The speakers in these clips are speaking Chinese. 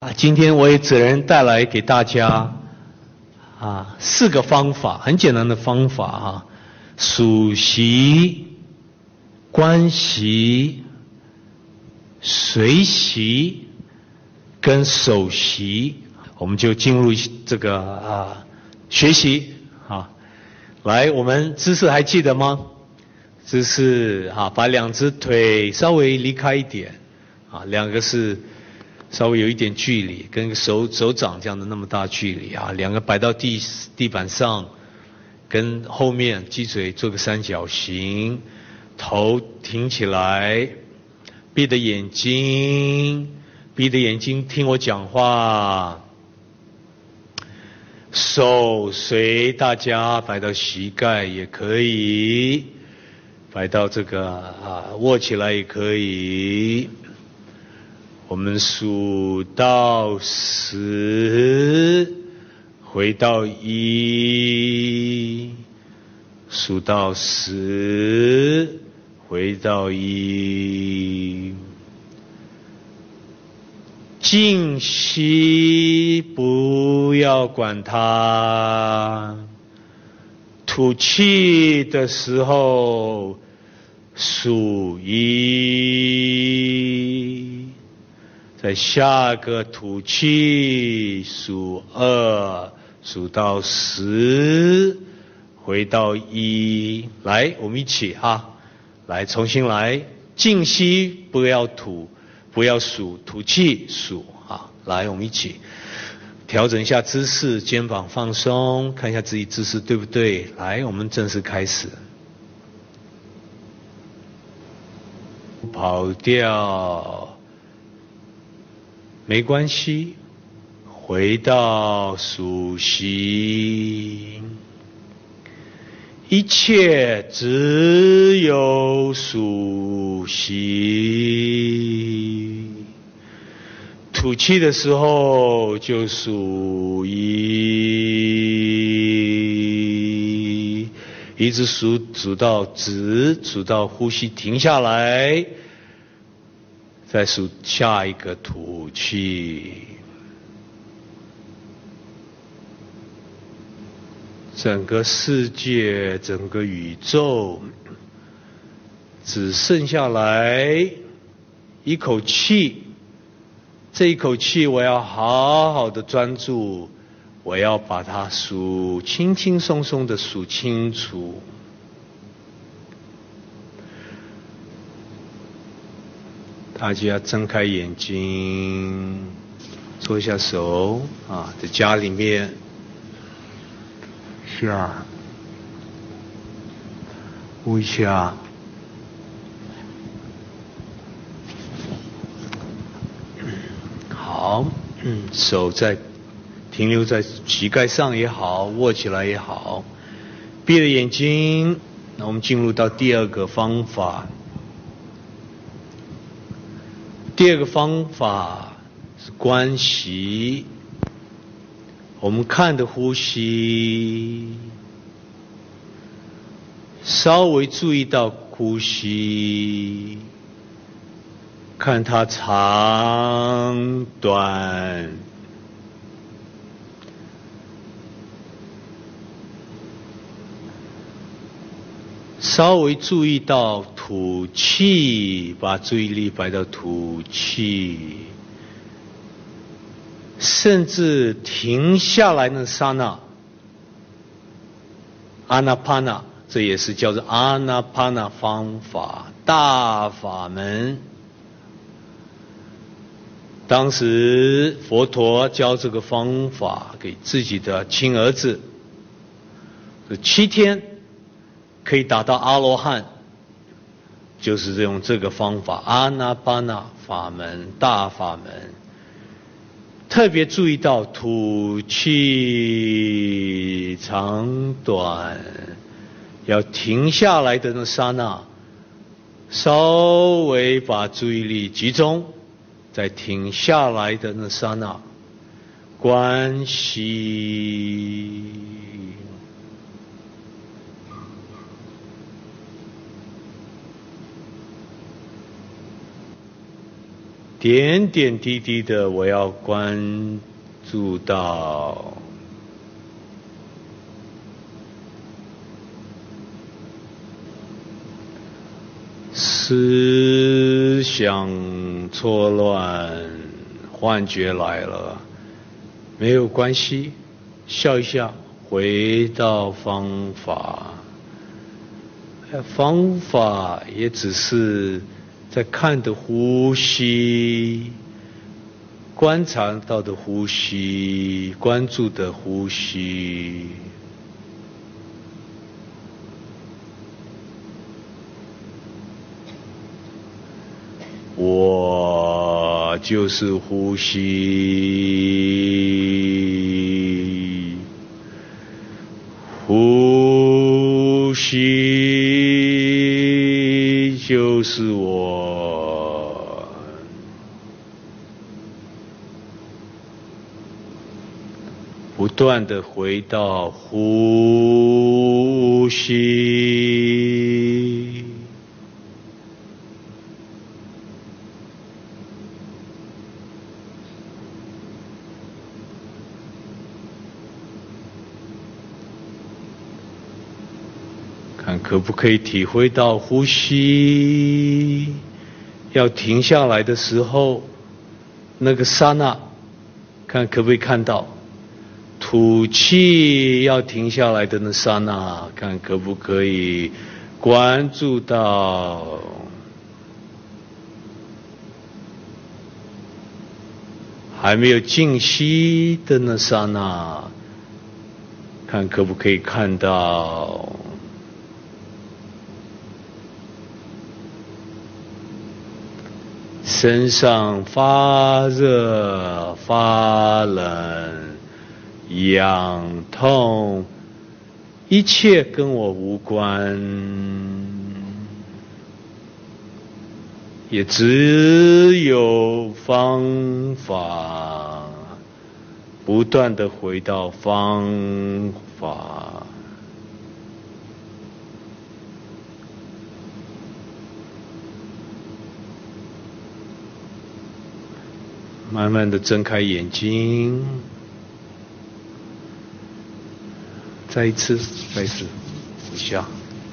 今天我也只能带来给大家4个方法，很简单的方法数息、观息、随息跟守息，我们就进入这个学习来，我们姿势还记得吗？姿势把2只腿稍微离开一点2个是稍微有一点距离，跟手掌这样的那么大距离2个摆到地板上，跟后面鸡腿做个三角形，头挺起来，闭着眼睛听我讲话，手随大家摆到膝盖也可以，摆到这个握起来也可以。我们数到10，回到1，数到10，回到1。静息，不要管它。吐气的时候数1。在下个吐气数2，数到10，回到1。来，我们一起来重新来，静息不要吐，不要数，吐气数来，我们一起调整一下姿势，肩膀放松，看一下自己姿势对不对。来，我们正式开始。跑掉没关系，回到数息，一切只有数息。吐气的时候就数1，一直数到止，数到呼吸停下来，再数下一个吐气。整个世界，整个宇宙，只剩下来一口气。这一口气我要好好的专注，我要把它数轻轻松松的数清楚。大家睁开眼睛，搓一下手在家里面下呼一下，好，手停留在膝盖上也好，握起来也好，闭着眼睛。那我们进入到第2个方法。第2个方法是观息，我们看着呼吸，稍微注意到呼吸，看它长短，稍微注意到吐气，把注意力摆到吐气，甚至停下来那刹那，阿那帕那，这也是叫做阿那帕那方法，大法门。当时佛陀教这个方法给自己的亲儿子，是7天可以达到阿罗汉，就是用这个方法，阿那巴那法门，大法门。特别注意到吐气长短，要停下来的那刹那，稍微把注意力集中在停下来的那刹那，观息。 点点滴滴的，我要关注到思想错乱，幻觉来了，没有关系，笑一下，回到方法。方法也只是在看的呼吸，观察到的呼吸，关注的呼吸。我就是呼吸，呼吸就是我，不断地回到呼吸。看可不可以体会到呼吸要停下来的时候，那个刹那，看可不可以看到吐气要停下来的那刹那，看可不可以关注到。还没有静息的那刹那，看可不可以看到。身上发热、发冷、痒痛，一切跟我无关，也只有方法，不断地回到方法。慢慢的睁开眼睛，再一次，回下。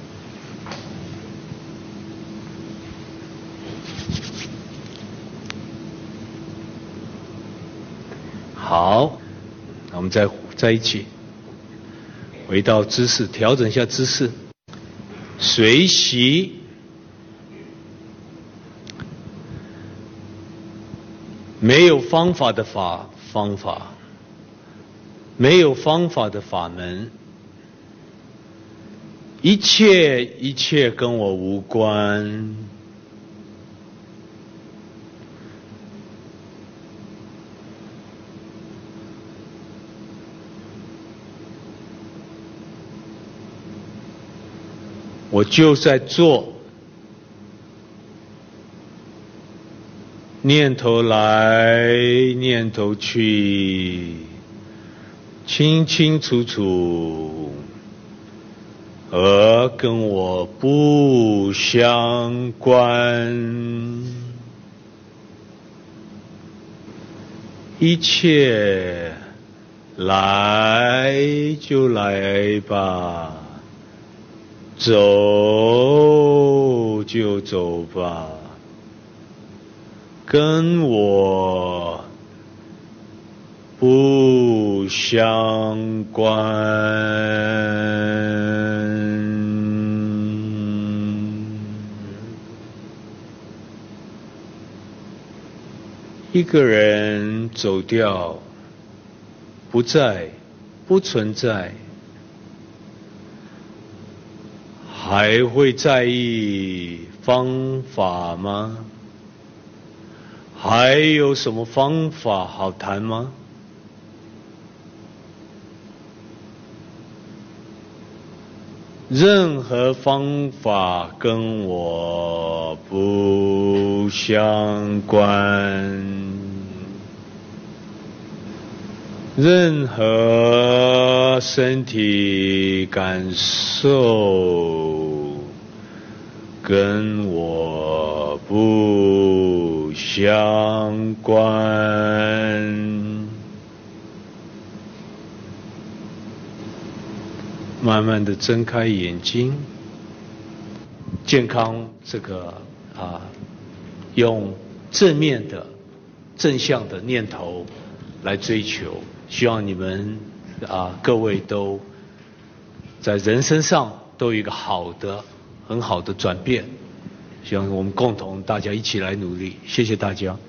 好，我们再一起回到姿势，调整一下姿势，随息。没有方法的方法，没有方法的法门，一切跟我无关。我就在做。念头来，念头去，清清楚楚，而跟我不相关。一切来就来吧，走就走吧。跟我不相关。一个人走掉，不在，不存在，还会在意方法吗？还有什么方法好谈吗？任何方法跟我不相关，任何身体感受跟我不相相关。慢慢的睁开眼睛，健康这个用正面的、正向的念头来追求，希望你们各位都在人生上都有一个很好的转变，希望我们共同大家一起来努力，谢谢大家。